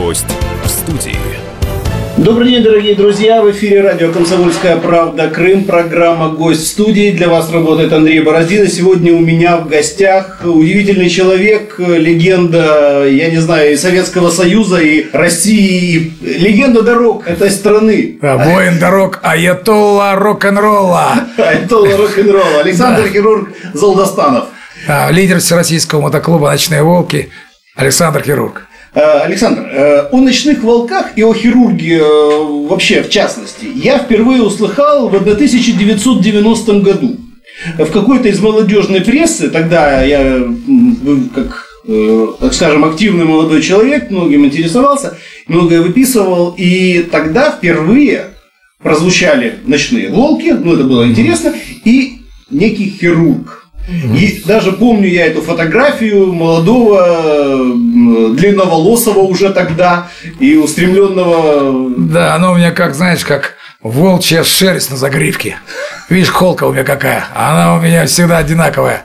Гость в студии. Добрый день, дорогие друзья! В эфире радио «Комсомольская правда. Крым». Программа «Гость в студии». Для вас работает Андрей Бороздин. И сегодня у меня в гостях удивительный человек, легенда, я не знаю, и Советского Союза, и России, и легенда дорог этой страны. Воин дорог, аятолла рок-н-ролла. Аятолла рок-н-ролла. Александр Хирург Золдостанов. Лидер Всероссийского мотоклуба «Ночные волки» Александр Хирург. Александр, о ночных волках и о хирурге вообще в частности я впервые услыхал в 1990 году. В какой-то из молодежной прессы, тогда я, как, так скажем, активный молодой человек, многим интересовался, многое выписывал, и тогда впервые прозвучали «Ночные волки», ну это было интересно, и некий хирург. И даже помню я эту фотографию молодого, длинноволосого уже тогда и устремленного. Да, оно у меня как, знаешь, как волчья шерсть на загривке. Видишь, холка у меня какая, она у меня всегда одинаковая.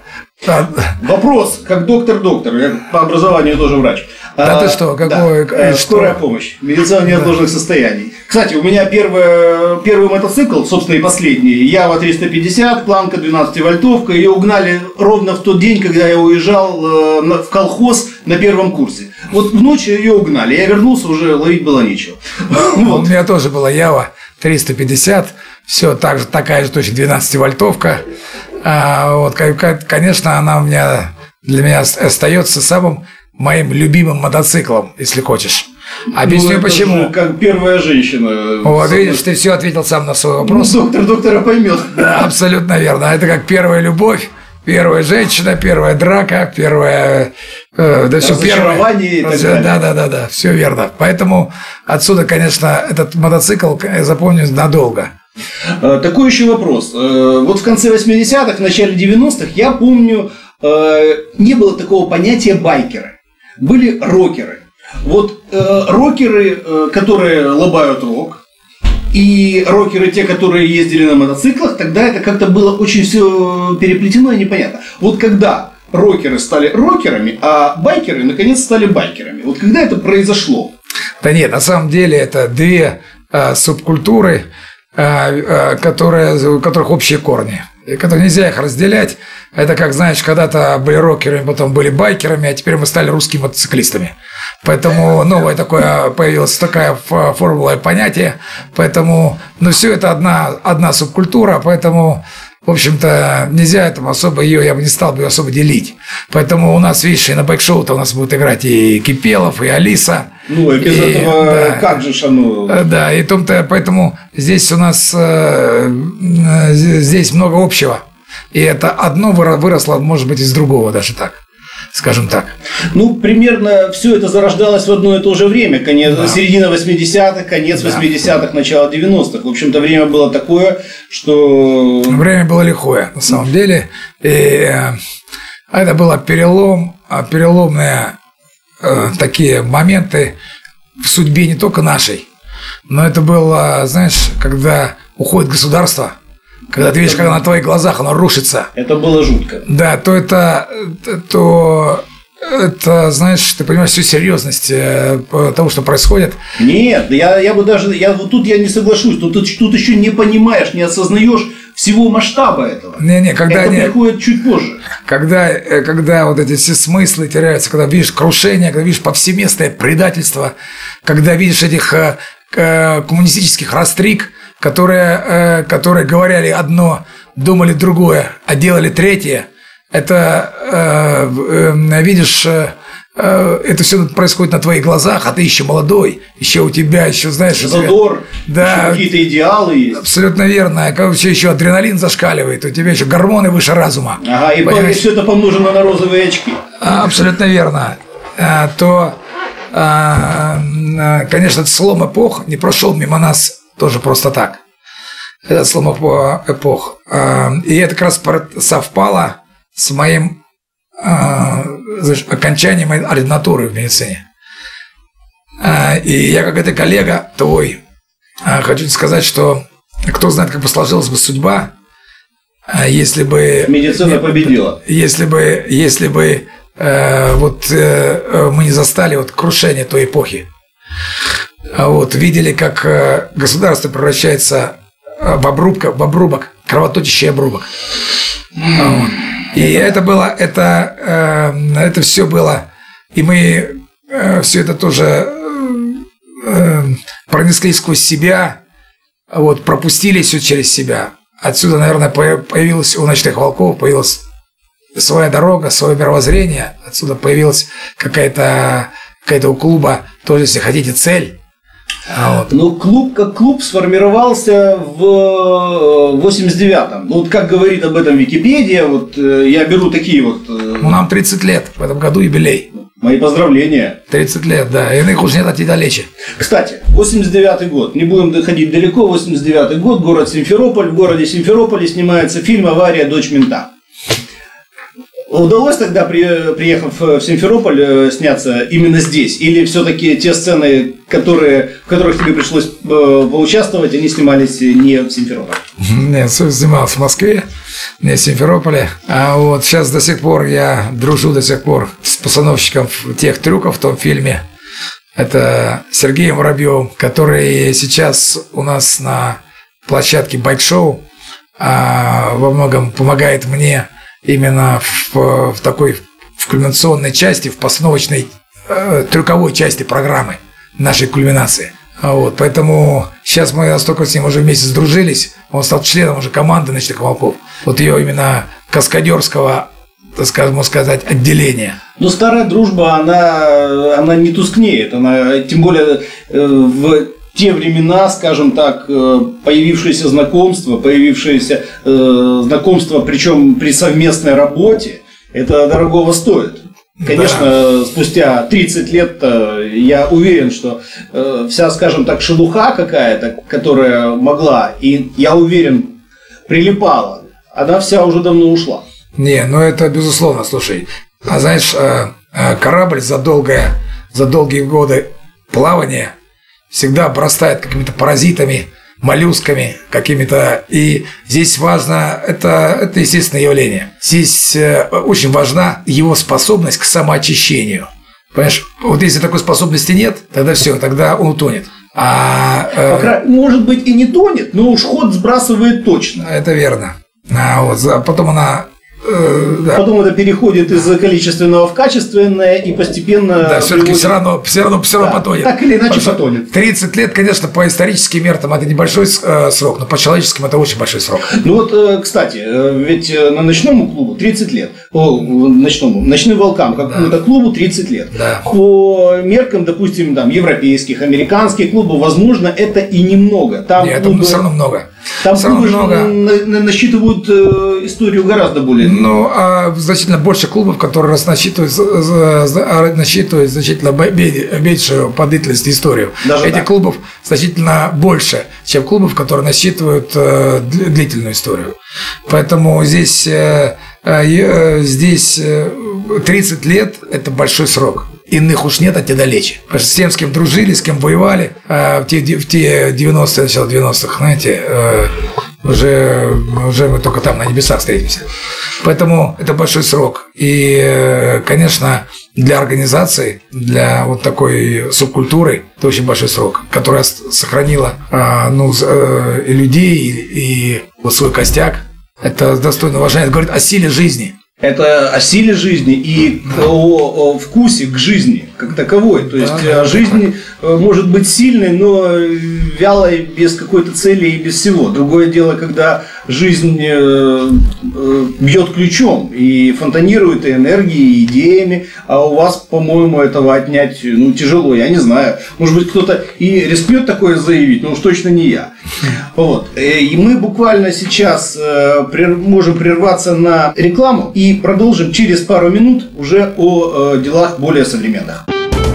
Вопрос, как доктор, я по образованию тоже врач. Да ты что, какой? Да, скорая помощь, медицина неотложных состояний. Кстати, у меня первый мотоцикл, собственно и последний, Ява 350, планка 12-вольтовка, ее угнали ровно в тот день, когда я уезжал в колхоз на первом курсе. Вот в ночь ее угнали, я вернулся, уже ловить было нечего. У меня тоже была Ява 350, все так же, такая же точно 12-вольтовка. Вот, конечно, она для меня остается самым моим любимым мотоциклом, если хочешь. Объясню почему. Как первая женщина. Вот, видишь, ты все ответил сам на свой вопрос. Доктора поймет. Да, абсолютно верно. Это как первая любовь, первая женщина, первая драка, первая... Да, все разочарование первое. Да, все верно. Поэтому отсюда, конечно, этот мотоцикл я запомню надолго. Такой еще вопрос. Вот в конце 80-х, в начале 90-х, я помню, не было такого понятия байкеры. Были рокеры. Вот рокеры, которые лобают рок, и рокеры, те, которые ездили на мотоциклах, тогда это как-то было очень все переплетено и непонятно. Вот когда рокеры стали рокерами, а байкеры наконец стали байкерами. Вот когда это произошло? Да нет, на самом деле это две субкультуры, у которых общие корни, и которые нельзя их разделять. Это как, знаешь, когда-то были рокерами, потом были байкерами, а теперь мы стали русскими мотоциклистами. Поэтому новое такое появилась такая формула и понятие. Поэтому, все это одна субкультура, поэтому, в общем-то, нельзя этому особо я бы не стал бы особо делить. Поэтому у нас, видишь, и на байк-шоу-то у нас будут играть и Кипелов, и Алиса. Ну, и без этого да, как же оно? Да, и том-то, поэтому здесь у нас здесь много общего. И это одно выросло, может быть, из другого даже так. Скажем так. Ну, примерно все это зарождалось в одно и то же время. Середина 80-х, конец 80-х, начало 90-х. В общем-то, время было такое, что... Время было лихое, на самом деле. И это было переломные такие моменты в судьбе не только нашей, но это было, знаешь, когда уходит государство, когда ты видишь, когда на твоих глазах оно рушится. Это было жутко. Да, то это, знаешь, ты понимаешь всю серьезность того, что происходит. Нет, я вот тут я не соглашусь. Тут еще не понимаешь, не осознаешь всего масштаба этого. Когда это приходит чуть позже. Когда вот эти все смыслы теряются, когда видишь крушение, когда видишь повсеместное предательство, когда видишь этих коммунистических растриг, которые говорили одно, думали другое, а делали третье. Это, видишь, это все происходит на твоих глазах, а ты еще молодой, еще у тебя, знаешь... Задор, да, еще какие-то идеалы есть. Абсолютно верно. Короче, еще адреналин зашкаливает, у тебя еще гормоны выше разума. Ага, и все это помножено на розовые очки. Абсолютно верно. Конечно, этот слом эпох не прошел мимо нас тоже просто так. Это слом эпох. И это как раз совпало с моим окончанием ординатуры в медицине. И я, как это коллега твой, хочу сказать, что кто знает, как бы сложилась бы судьба, если бы... Медицина победила. Если бы мы не застали крушение той эпохи. Вот, видели, как государство превращается в обрубок, кровоточащий обрубок. Вот. И это все было, и мы все это тоже пронесли сквозь себя, вот, пропустили все через себя. Отсюда, наверное, появилась у «Ночных волков» появилась своя дорога, свое мировоззрение. Отсюда появилась какая-то у клуба тоже, если хотите, цель. Вот. Но клуб как клуб сформировался в 89-м. Ну, вот как говорит об этом Википедия, вот я беру такие вот... Ну, нам 30 лет, в этом году юбилей. Мои поздравления. 30 лет, да, иных уж нет отдалече. Кстати, 89-й год, не будем доходить далеко, 89-й год, город Симферополь. В городе Симферополе снимается фильм «Авария. Дочь мента». Удалось тогда, приехав в Симферополь, сняться именно здесь? Или все-таки те сцены, в которых тебе пришлось поучаствовать, они снимались не в Симферополе? Нет, снимался в Москве, не в Симферополе. А вот сейчас до сих пор я дружу с постановщиком тех трюков в том фильме. Это Сергеем Воробьевым, который сейчас у нас на площадке байк-шоу во многом помогает мне именно в такой в кульминационной части, в постановочной трюковой части программы нашей кульминации. Вот, поэтому сейчас мы настолько с ним уже вместе сдружились, он стал членом уже команды «Ночных волков». Вот ее именно каскадерского, так скажем, можно сказать, отделения. Но старая дружба, она не тускнеет, она тем более в те времена, скажем так, появившееся знакомство, причем при совместной работе, это дорогого стоит. Конечно, да. Спустя 30 лет я уверен, что вся, скажем так, шелуха какая-то, которая могла, и я уверен, прилипала, она вся уже давно ушла. Не, ну это безусловно, слушай. А знаешь, корабль за долгие годы плавания всегда обрастает какими-то паразитами, моллюсками какими-то. И здесь важно, это естественное явление. Здесь очень важна его способность к самоочищению. Понимаешь, вот если такой способности нет, тогда все, тогда он утонет. Может быть, и не тонет, но уж ход сбрасывает точно. Это верно. Потом она... Да. Потом это переходит из количественного в качественное и постепенно... Да, все-таки все равно потонет. Так или иначе потонет. 30 лет, конечно, по историческим меркам это небольшой срок, но по человеческим это очень большой срок. Ну вот, кстати, ведь на ночному клубу 30 лет. Ночным волкам, какому-то клубу 30 лет. Да. По меркам, допустим, там, европейских, американских клубов, возможно, это и немного. Там нет, клубы... это все равно много. Там клубы насчитывают историю гораздо более... Ну, значительно больше клубов, которые насчитывают значительно меньшую по длительности историю. Даже этих клубов значительно больше, чем клубов, которые насчитывают длительную историю. Поэтому здесь 30 лет – это большой срок. Иных уж нет, а те далече. Потому что с тем, с кем дружили, с кем воевали, в те 90-е, начало 90-х, знаете, уже мы только там на небесах встретимся. Поэтому это большой срок. И, конечно, для организации, для вот такой субкультуры, это очень большой срок, которая сохранила и людей, и вот свой костяк. Это достойно уважения. Это говорит о силе жизни. Это о силе жизни и о вкусе к жизни как таковой. То есть жизнь может быть сильной, но вялой, без какой-то цели и без всего. Другое дело, когда жизнь бьет ключом и фонтанирует и энергией, и идеями, а у вас, по-моему, этого отнять тяжело. Я не знаю. Может быть, кто-то и рискнет такое заявить, но уж точно не я. Вот. И мы буквально сейчас можем прерваться на рекламу и продолжим через пару минут уже о делах более современных.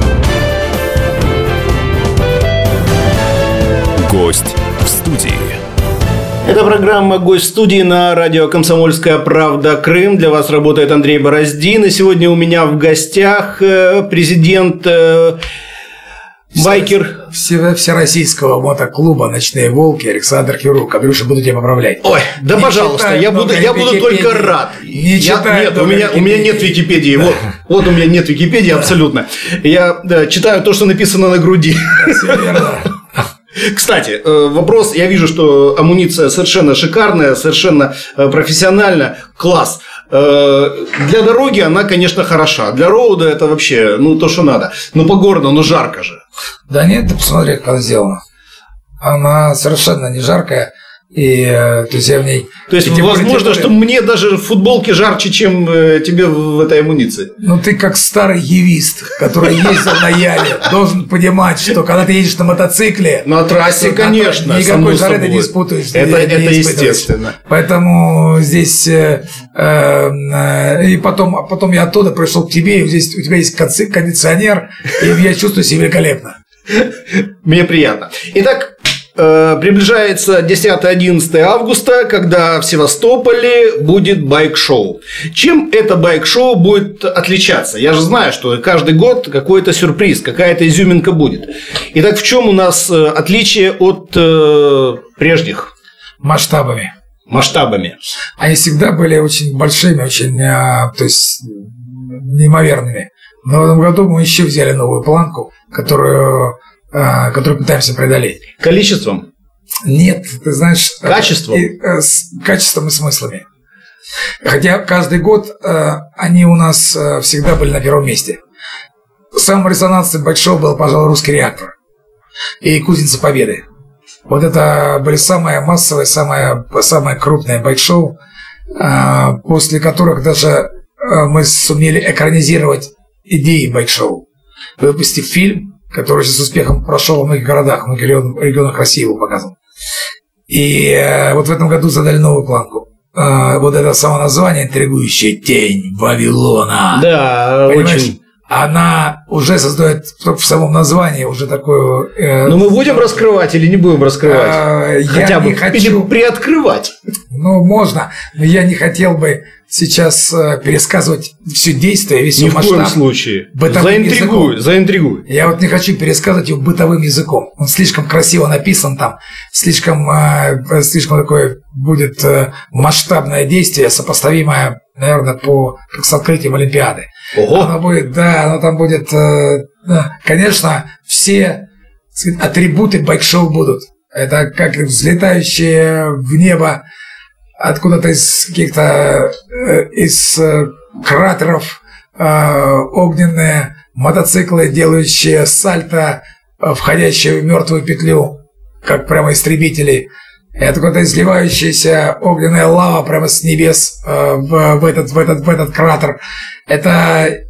Гость в студии. Это программа «Гость в студии» на радио «Комсомольская правда. Крым». Для вас работает Андрей Бороздин. И сегодня у меня в гостях президент всероссийского мотоклуба «Ночные волки» Александр Хирург. Андрюша, буду тебя поправлять. Ой, да Не пожалуйста, читай я буду только рад. Нет, у меня нет Википедии. Да. Вот у меня нет Википедии, абсолютно. Я читаю то, что написано на груди. Все верно. Кстати, вопрос, я вижу, что амуниция совершенно шикарная, совершенно профессиональная, класс. Для дороги она, конечно, хороша. Для роуда это вообще, то, что надо. Но по городу, жарко же. Да нет, ты посмотри, как она сделана. Она совершенно не жаркая. И, то есть, я в ней... То есть, возможно, что мне даже в футболке жарче, чем тебе в этой амуниции. Ты как старый явист, который ездил на Яве, должен понимать, что когда ты едешь на мотоцикле... На трассе, конечно. Никакой жары ты не испытываешь. Это естественно. Поэтому здесь... И потом я оттуда пришел к тебе, и здесь у тебя есть кондиционер, и я чувствую себя великолепно. Мне приятно. Итак... Приближается 10-11 августа, когда в Севастополе будет байк-шоу. Чем это байк-шоу будет отличаться? Я же знаю, что каждый год какой-то сюрприз, какая-то изюминка будет. Итак, в чем у нас отличие от прежних? Масштабами. Они всегда были очень большими, очень, то есть, неимоверными. Но в этом году мы еще взяли новую планку, которую пытаемся преодолеть. Количеством? Нет, ты знаешь... Качеством? Качеством и смыслами. Хотя каждый год они у нас всегда были на первом месте. Самым резонансным байк-шоу был, пожалуй, «Русский реактор» и «Кузница Победы». Вот это были самые массовые, самые крупные байк-шоу, после которых даже мы сумели экранизировать идеи байк-шоу, выпустив фильм, который с успехом прошел во многих городах, в многих регионах России его показывал. И вот в этом году задали новую планку. Вот это само название интригующее «Тень Вавилона». Да, понимаешь? Очень. Она уже создает в самом названии уже такую... Но мы будем раскрывать или не будем раскрывать? Хотя бы или приоткрывать? Можно, но я не хотел бы сейчас пересказывать все действие, весь масштаб. Ни в коем случае. Заинтригуй. Я вот не хочу пересказывать его бытовым языком. Он слишком красиво написан там, слишком такое будет масштабное действие, сопоставимое, наверное, как с открытием Олимпиады. Ого. Оно там будет, конечно, все атрибуты байк-шоу будут. Это как взлетающие в небо откуда-то из каких-то кратеров огненные мотоциклы, делающие сальто, входящие в мертвую петлю, как прямо истребители. И откуда-то изливающаяся огненная лава прямо с небес в этот кратер. Это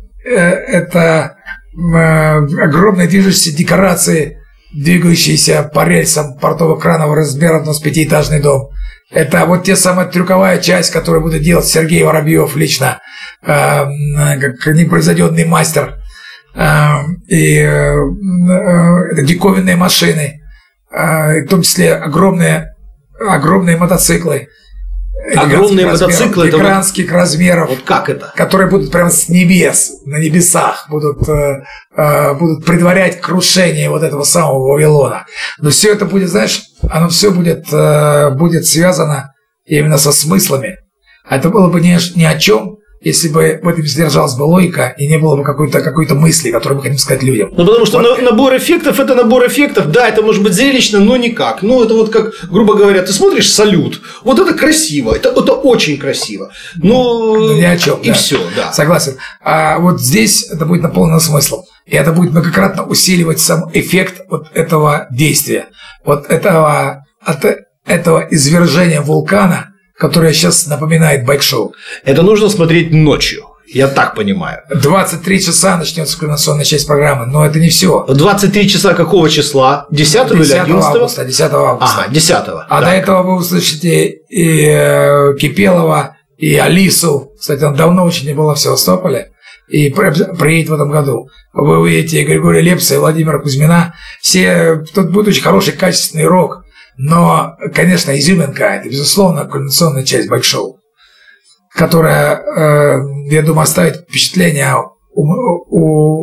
огромные движущиеся декорации, двигающиеся по рельсам портово-кранового размера, но с пятиэтажный дом. Это вот те самая трюковая часть, которую будет делать Сергей Воробьев лично, как непревзойденный мастер. И это диковинные машины, в том числе огромные мотоциклы. Огромные мотоциклы, гигантских размеров. Вот как это? Которые будут прямо с небес, на небесах, будут предварять крушение вот этого самого Вавилона. Но все это будет, знаешь, оно все будет связано именно со смыслами. А это было бы ни о чем, если бы в этом содержалась бы логика и не было бы какой-то мысли, которую мы хотим сказать людям. Потому что набор эффектов – это набор эффектов. Да, это может быть зрелищно, но никак. Это вот как, грубо говоря, ты смотришь «Салют». Вот это красиво, это очень красиво. Но ни о чем. И все, да. Согласен. А вот здесь это будет наполнено смыслом. И это будет многократно усиливать сам эффект вот этого действия. Вот этого извержения вулкана, которое сейчас напоминает байк-шоу. Это нужно смотреть ночью, я так понимаю. 23 часа начнется кульминационная часть программы, но это не все. 23 часа какого числа? 10 или 11? Августа, 10 августа. Ага, 10. А до этого вы услышите и Кипелова, и Алису. Кстати, он давно очень не был в Севастополе. И приедет в этом году. Вы увидите Григория Лепса и Владимира Кузьмина. Тут будет очень хороший, качественный рок. Но, конечно, изюминка – это, безусловно, кульминационная часть байк-шоу, которая, я думаю, оставит впечатление у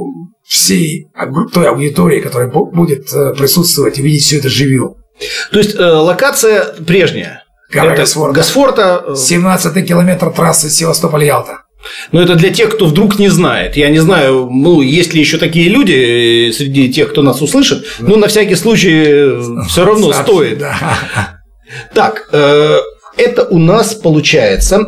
всей той аудитории, которая будет присутствовать и видеть все это живьем. То есть локация прежняя. Гора Госфорта. Госфорта. 17-й километр трассы Севастополь-Ялта. Но это для тех, кто вдруг не знает. Я не знаю, есть ли еще такие люди среди тех, кто нас услышит. Но на всякий случай все равно стоит. Да. Так, это у нас получается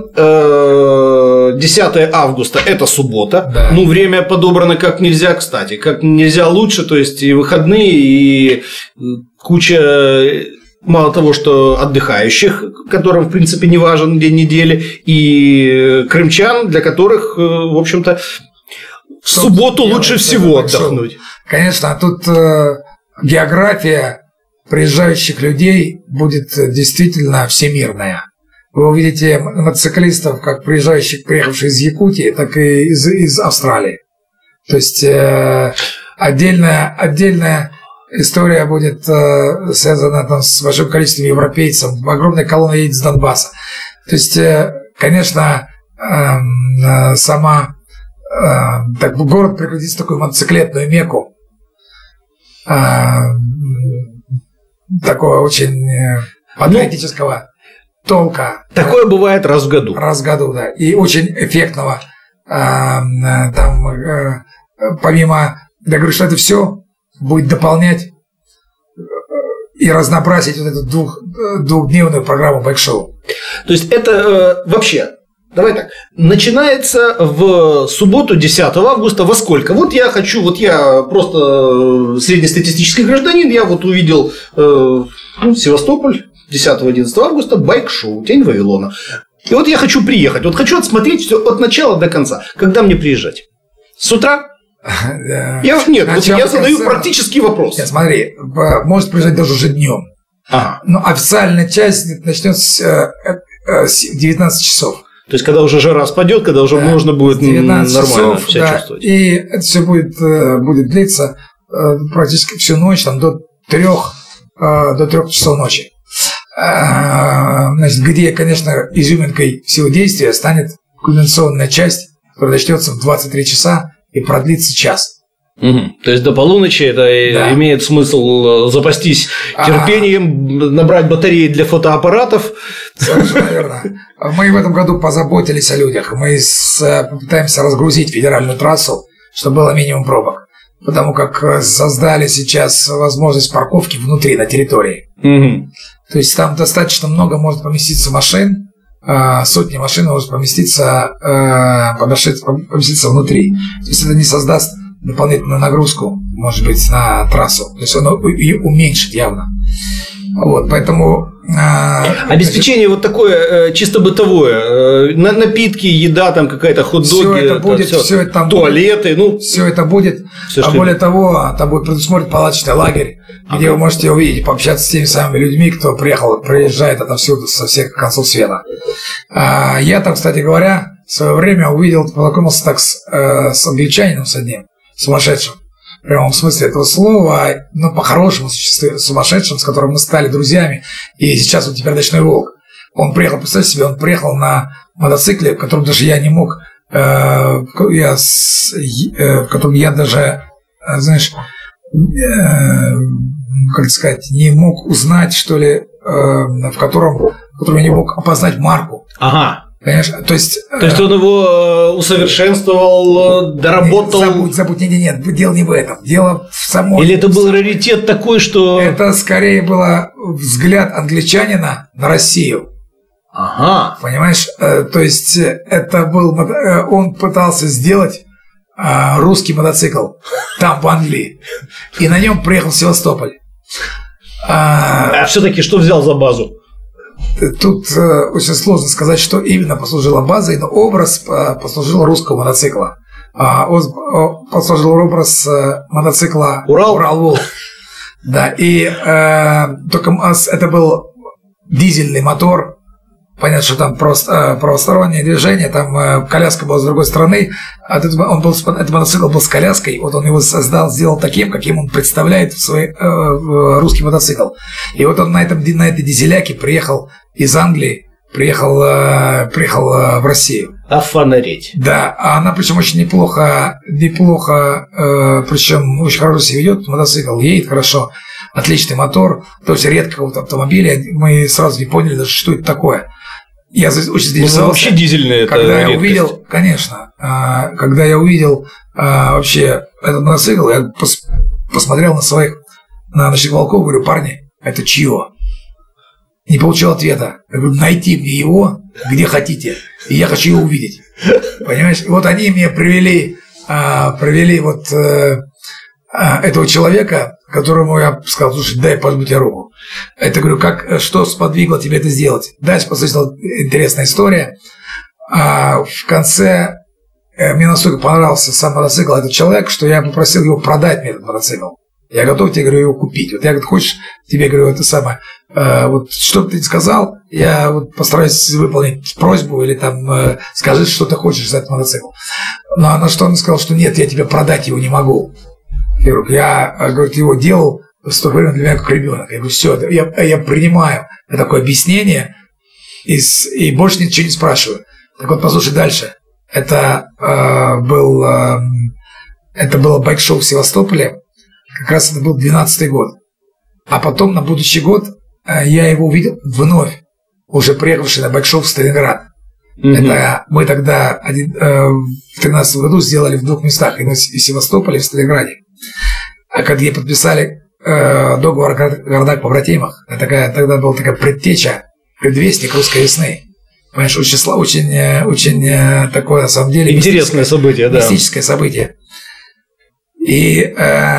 10 августа, это суббота. Да. Ну, время подобрано как нельзя, кстати. Как нельзя лучше, то есть и выходные, и куча... Мало того, что отдыхающих, которым, в принципе, не важен день недели, и крымчан, для которых, в общем-то, в субботу лучше всего отдохнуть. Конечно, тут география приезжающих людей будет действительно всемирная. Вы увидите мотоциклистов, как приезжающих, приехавших из Якутии, так и из Австралии. То есть отдельная история будет связана там с большим количеством европейцев. Огромная колонна едет с Донбасса. То есть, конечно, город превратится в такую мотоциклетную мекку. Такого очень патриотического толка. Такое бывает раз в году. Раз в году, да. И очень эффектного. Помимо, я говорю, что это все будет дополнять и разнообразить вот эту двухдневную программу байк-шоу. То есть это вообще, давай так, начинается в субботу 10 августа во сколько? Вот я просто среднестатистический гражданин, я вот увидел Севастополь 10-11 августа, байк-шоу, Тень Вавилона. И вот я хочу приехать, вот хочу отсмотреть все от начала до конца. Когда мне приезжать? С утра? Я задаю практический вопрос. Нет, смотри, может приезжать даже уже днем. Ага. Но официальная часть начнется в 19 часов. То есть, когда уже жара спадет, когда уже можно будет нормально часов, себя чувствовать. И это все будет длиться практически всю ночь, там, до 3 часов ночи. Значит, где, конечно, изюминкой всего действия станет кульминационная часть, которая начнется в 23 часа и продлится час. Угу. То есть до полуночи это имеет смысл запастись терпением, набрать батареи для фотоаппаратов. Совершенно верно. Мы в этом году позаботились о людях. Мы попытаемся разгрузить федеральную трассу, чтобы было минимум пробок. Потому как создали сейчас возможность парковки внутри, на территории. Угу. То есть там достаточно много может поместиться машин. Сотни машин может поместиться внутри. То есть это не создаст дополнительную нагрузку, может быть, на трассу. То есть оно ее уменьшит явно. Вот, поэтому... Обеспечение вот такое чисто бытовое. Напитки, еда, там какая-то хот-доги, все это будет, все это там туалеты. Будет, все это будет. Все, более того, там будет предусмотрен палаточный лагерь, где вы можете увидеть, пообщаться с теми самыми людьми, кто приезжает отовсюду, со всех концов света. Я там, кстати говоря, в свое время познакомился так с англичанином, с одним, сумасшедшим. В прямом смысле этого слова, но по-хорошему сумасшедшим, с которым мы стали друзьями, и сейчас он теперь ночной волк. Он приехал, представьте себе, он приехал на мотоцикле, в котором даже я не мог, в котором я даже, знаешь, как сказать, не мог узнать, что ли, в котором я не мог опознать марку. Ага. Понимаешь? То есть он его усовершенствовал, доработал. Забудь, нет, дело не в этом. Дело в самом. Или это был раритет такой, что. Это скорее был взгляд англичанина на Россию. Ага. Понимаешь? То есть это был. Он пытался сделать русский мотоцикл там, в Англии. И на нем приехал в Севастополь. А все-таки что взял за базу? Тут очень сложно сказать, что именно послужило базой, но образ послужил русского мотоцикла. Послужил образ мотоцикла Урал-Волк. Да, и только это был дизельный мотор. Понятно, что там просто правостороннее движение, там коляска была с другой стороны. Этот мотоцикл был с коляской, вот он его сделал таким, каким он представляет свой русский мотоцикл. И вот он на этой дизеляке приехал из Англии, приехал в Россию. Офонареть. Да, а она причем очень неплохо, причем очень хорошо себя ведет, мотоцикл едет хорошо, отличный мотор, то есть редкого автомобиля, мы сразу не поняли даже, что это такое. Я очень заинтересовался. Вообще дизельный это когда редкость. Я увидел, конечно, когда я увидел вообще этот мотоцикл, я посмотрел на ночных волков, говорю, парни, это чье? Не получил ответа. Я говорю, найти мне его, где хотите, и я хочу его увидеть. Понимаешь? И вот они мне привели вот этого человека, которому я сказал, слушай, дай пожму тебе руку. Это, говорю, что сподвигло тебя это сделать? Дальше послышала интересная история. В конце мне настолько понравился сам мотоцикл, этот человек, что я попросил его продать мне этот мотоцикл. Я готов тебе, говорю, его купить. Вот я, говорю, хочешь, тебе, говорю, это самое, вот что бы ты сказал, я вот постараюсь выполнить просьбу или там скажи, что ты хочешь за этот мотоцикл. Но на что он сказал, что нет, я тебе продать его не могу. Я говорю, ты его делал в то время для меня как ребенок. Я говорю, все, я принимаю такое объяснение и больше ничего не спрашиваю. Так вот, послушай дальше. Это было байк-шоу в Севастополе. Как раз это был 2012 год. А потом на будущий год я его увидел вновь, уже приехавший на байк-шоу в Сталинград. Это мы тогда в 2013 году сделали в 2 местах, и в Севастополе, и в Сталинграде. А когда подписали договор о городах-побратимах, тогда была такая предтеча, предвестник русской весны. Понимаешь, очень такое, на самом деле, интересное событие, да. Мистическое событие. И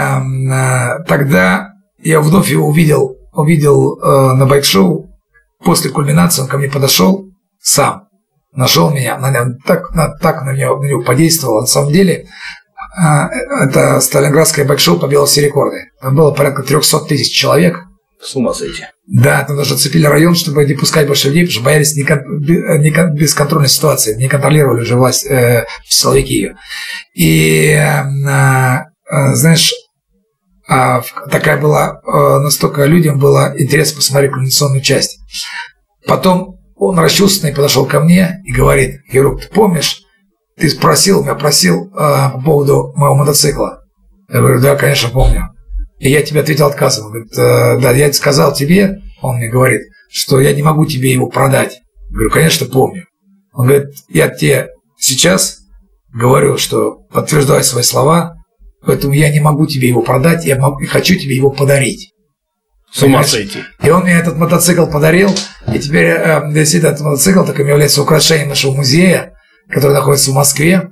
тогда я вновь его увидел на байк-шоу. После кульминации он ко мне подошел сам, нашел меня, так на него подействовало. На самом деле, это Сталинградское байк-шоу побило все рекорды. Там было порядка 300 тысяч человек. С ума сойти. Да, там даже оцепили район, чтобы не пускать больше людей, потому что боялись бесконтрольной ситуации, не контролировали уже власть, силовики ее. И, знаешь, такая была, настолько людям было интересно посмотреть кульминационную часть. Потом он расчувственный подошел ко мне и говорит, Герук, ты помнишь, ты меня просил по поводу моего мотоцикла? Я говорю, да, конечно, помню. И я тебе ответил отказом. Он говорит, да, я сказал тебе, он мне говорит, что я не могу тебе его продать. Я говорю, конечно, помню. Он говорит, я тебе сейчас говорю, что подтверждаю свои слова, поэтому я не могу тебе его продать, я хочу тебе его подарить. С ума сойти. И он мне этот мотоцикл подарил, и теперь действительно этот мотоцикл таким является украшением нашего музея, который находится в Москве.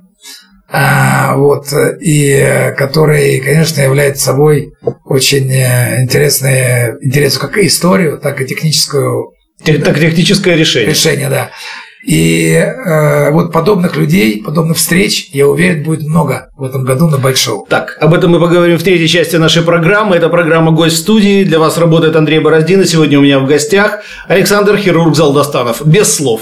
И который, конечно, является собой очень интересную как и историю, так и техническое решение. Да. И вот подобных людей, подобных встреч, я уверен, будет много в этом году на байк-шоу. Так, об этом мы поговорим в третьей части нашей программы. Это программа «Гость в студии». Для вас работает Андрей Бороздин, и сегодня у меня в гостях Александр Хирург Залдастанов. Без слов.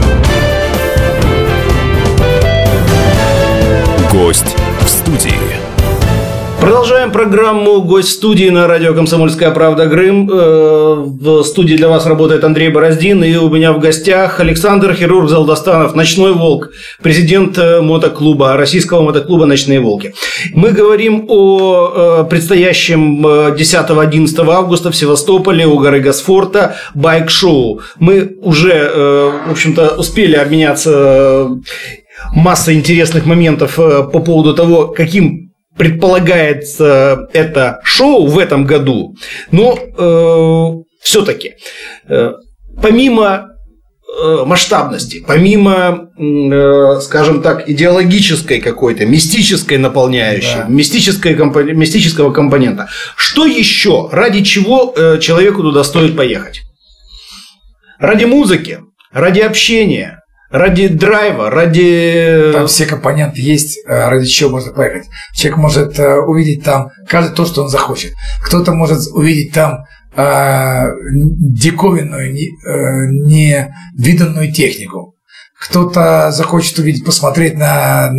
Гость в студии. Продолжаем программу «Гость в студии» на радио «Комсомольская правда» Грым. В студии для вас работает Андрей Бороздин, и у меня в гостях Александр Хирург Залдастанов, «Ночной волк», президент мотоклуба, российского мотоклуба «Ночные волки». Мы говорим о предстоящем 10-11 августа в Севастополе у горы Госфорта байк-шоу. Мы уже, в общем-то, успели обменяться массой интересных моментов по поводу того, каким предполагается это шоу в этом году, но все-таки помимо масштабности, помимо, скажем так, идеологической какой-то, мистической наполняющей, да, мистического компонента, что еще, ради чего человеку туда стоит поехать? Ради музыки, ради общения, ради драйва, ради... Там все компоненты есть, ради чего можно поехать. Человек может увидеть там каждый то, что он захочет. Кто-то может увидеть там диковинную, невиданную технику. Кто-то захочет увидеть, посмотреть на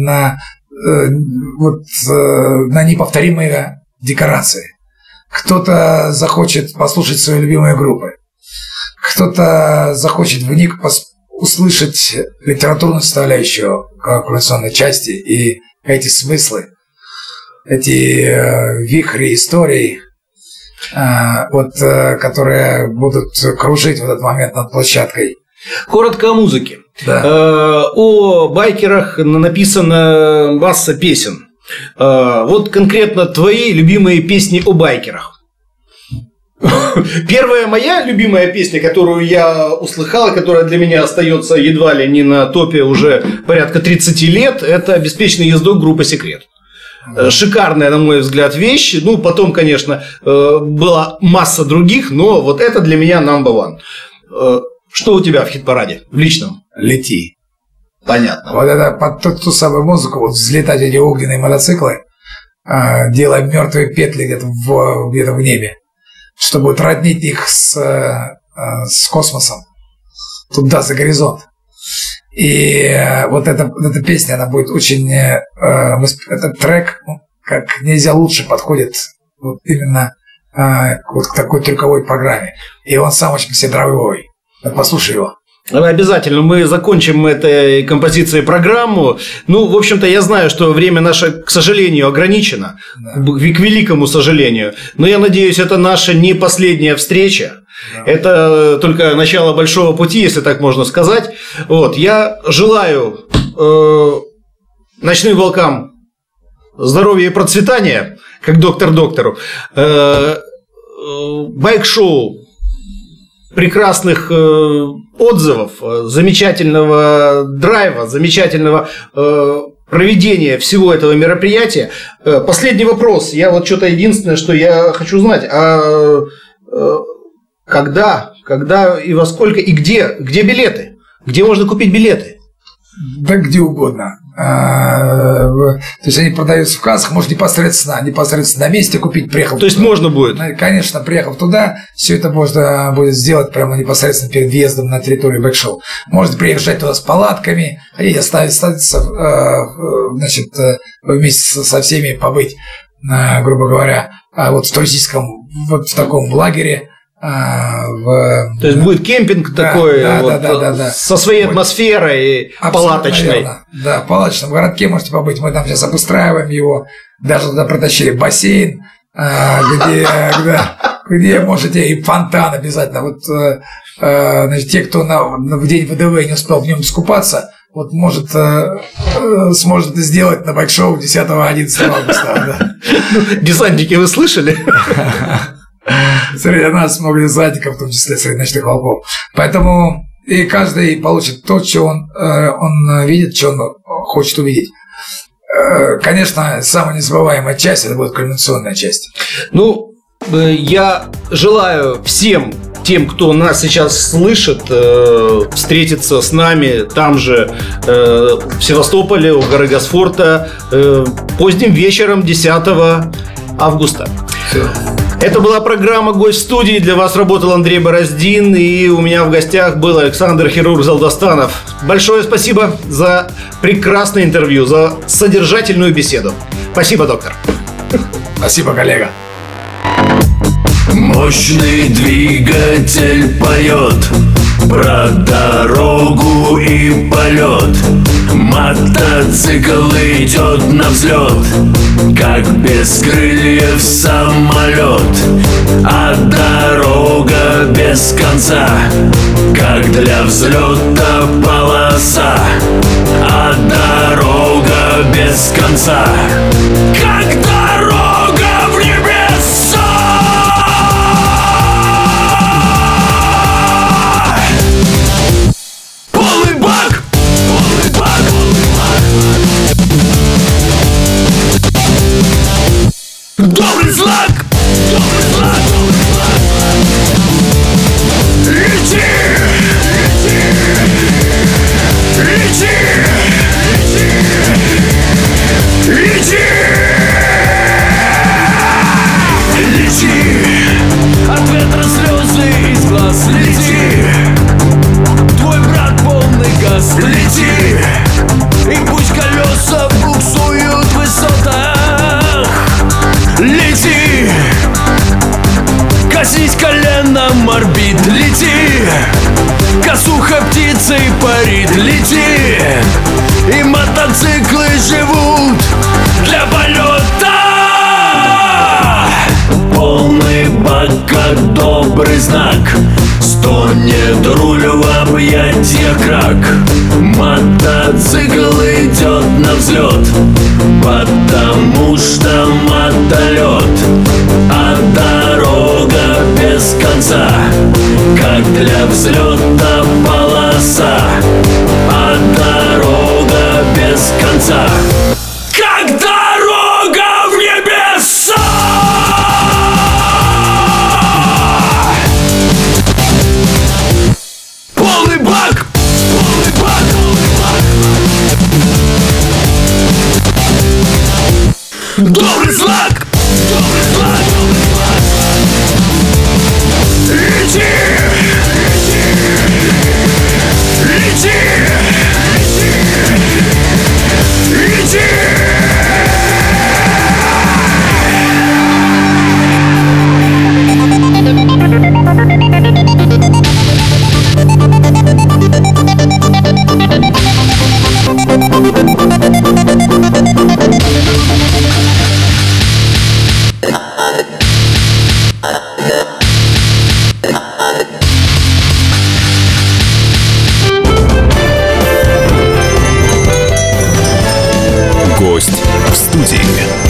неповторимые декорации. Кто-то захочет послушать свои любимые группы. Кто-то захочет услышать литературную составляющую коллекционной части и эти смыслы, эти вихри историй, которые будут кружить в этот момент над площадкой. Коротко о музыке. Да. О байкерах написана масса песен. Вот конкретно твои любимые песни о байкерах. Первая моя любимая песня, которую я услыхал, которая для меня остается едва ли не на топе уже порядка 30 лет, это «Беспечный ездок» группы «Секрет». Шикарная, на мой взгляд, вещь. Ну, потом, конечно, была масса других, но вот это для меня number one. Что у тебя в хит-параде, в личном? «Лети». Понятно. Вот это под ту самую музыку, вот взлетать эти огненные мотоциклы, делая мертвые петли где-то в небе, что будет роднить их с космосом, туда, за горизонт. И вот эта песня, она будет очень... Этот трек как нельзя лучше подходит вот именно вот к такой трюковой программе. И он сам очень седровой. Послушай его. Обязательно мы закончим этой композицией программу. Ну, в общем-то, я знаю, что время наше, к сожалению, ограничено. Да. К великому сожалению. Но я надеюсь, это наша не последняя встреча. Да. Это только начало большого пути, если так можно сказать. Вот. Я желаю ночным волкам здоровья и процветания, как доктор доктору. Байк-шоу, прекрасных отзывов, замечательного драйва, замечательного проведения всего этого мероприятия. Последний вопрос. Я вот что-то единственное, что я хочу знать. Когда и во сколько, и где билеты? Где можно купить билеты? Да где угодно. То есть они продаются в кассах, можно непосредственно на месте купить, приехав. То есть туда. Можно будет? Конечно, приехав туда, все это можно будет сделать прямо непосредственно перед въездом на территорию байк-шоу. Можете приезжать туда с палатками, хотите оставиться, значит, вместе со всеми побыть, грубо говоря, вот в туристическом, вот в таком лагере. То есть будет кемпинг такой, со своей атмосферой палаточной. Верно. Да, в палаточном городке можете побыть. Мы там сейчас обустраиваем его. Даже туда протащили бассейн, где можете, и фонтан обязательно. Вот, значит, те, кто в день ВДВ не успел в нем искупаться, вот сможет это сделать на байк-шоу 10-11 августа. Десантники, вы слышали? Среди нас много десантников, в том числе среди ночных волков. Поэтому и каждый получит то, что он видит, что он хочет увидеть. Конечно, самая незабываемая часть – это будет кульминационная часть. Ну, я желаю всем тем, кто нас сейчас слышит, встретиться с нами там же, в Севастополе, у горы Госфорта, поздним вечером 10 августа. Все. Это была программа «Гость в студии». Для вас работал Андрей Бороздин. И у меня в гостях был Александр «Хирург» Залдастанов. Большое спасибо за прекрасное интервью, за содержательную беседу. Спасибо, доктор. Спасибо, коллега. Мощный двигатель поет про дорогу и полет. Мотоцикл идет на взлет, как без крыльев самолет. А дорога без конца, как для взлета полоса. А дорога без конца, как дорога в небеса. Добрый знак! Добрый знак! Лети! Лети! Лети! Лети! Лети! От ветра слезы из глаз. Лети! Твой брат полный газ. Лети! И пусть колеса буксуют в высотах. Лети! Косись коленом орбит. Лети! как добрый знак. Стонет руль в объятиях крак. Мотоцикл идет на взлет, потому что мотолет. А дорога без конца, как для взлета полоса. А дорога без конца, как дорога в небеса. Полный бак, полный бак, полный бак. Добрый знак, добрый знак, добрый знак. Лети, лети, лети, лети, лети. Гость в студии.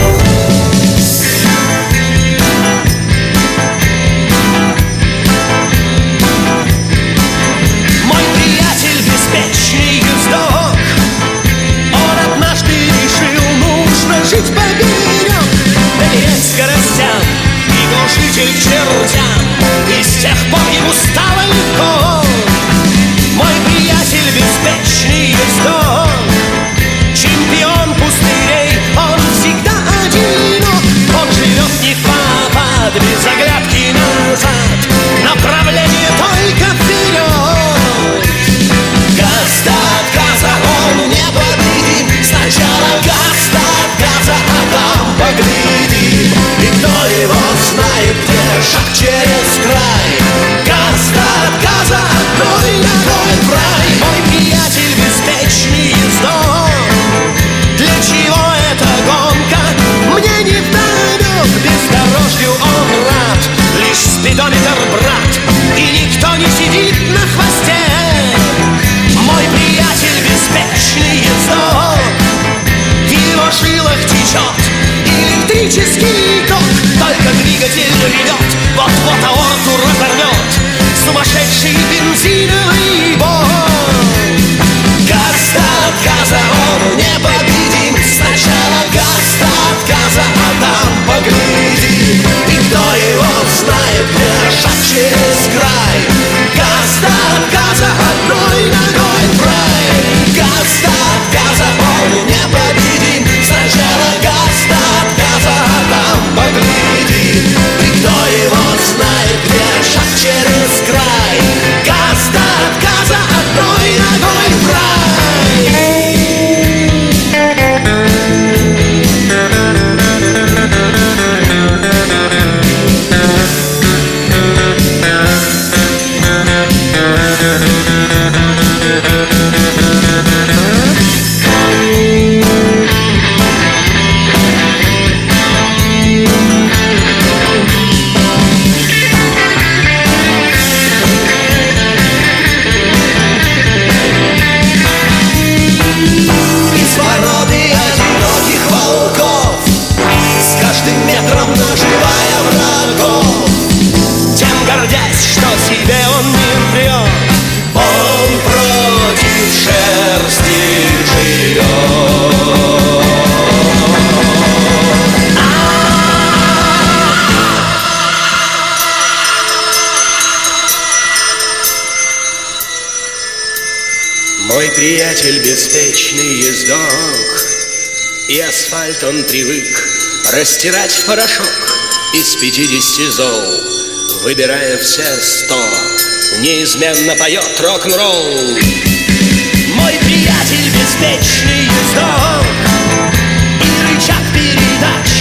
Мой приятель беспечный ездок, он однажды решил, нужно жить поперек, доверять скоростям и глушитель к чертям, и с тех пор ему стало легко. Мой приятель беспечный ездок, чемпион пустырей, он всегда одинок. Он живет не в попад, без оглядки назад, направление только вперед. Газ до отказа, он непобедим. Сначала газ до отказа, а там поглядим. И кто его знает, где шаг через край. Газ до отказа, одной ногой в рай. Мой приятель беспечный ездок, для чего эта гонка, мне не вдомек. Бездорожью он рад, лишь спидометр брат, и никто не сидит на хвосте. Мой приятель беспечный ездок, в его жилах течет электрический ток. Только двигатель ревет, вот-вот аорту разорвет сумасшедший бензиновый бой. Газ до отказа, он непобедим. Сначала газ до отказа, а там поглядим. И кто его знает, где шаг через край. Газ до отказа, одной ногой в рай. Газ до отказа, он непобедим. Сначала газ до отказа, а там поглядим. И кто его знает, где шаг через край. Газ до отказа, одной ногой в рай. Из породы одиноких волков, с каждым метром наживая врагов, тем гордясь, что себе он не врет, он против шерсти живет. Мой приятель беспечный ездок, и асфальт он привык растирать в порошок из 50 зол, выбирая все 100, неизменно поет рок-н-ролл. Мой приятель беспечный ездок, и рычаг передач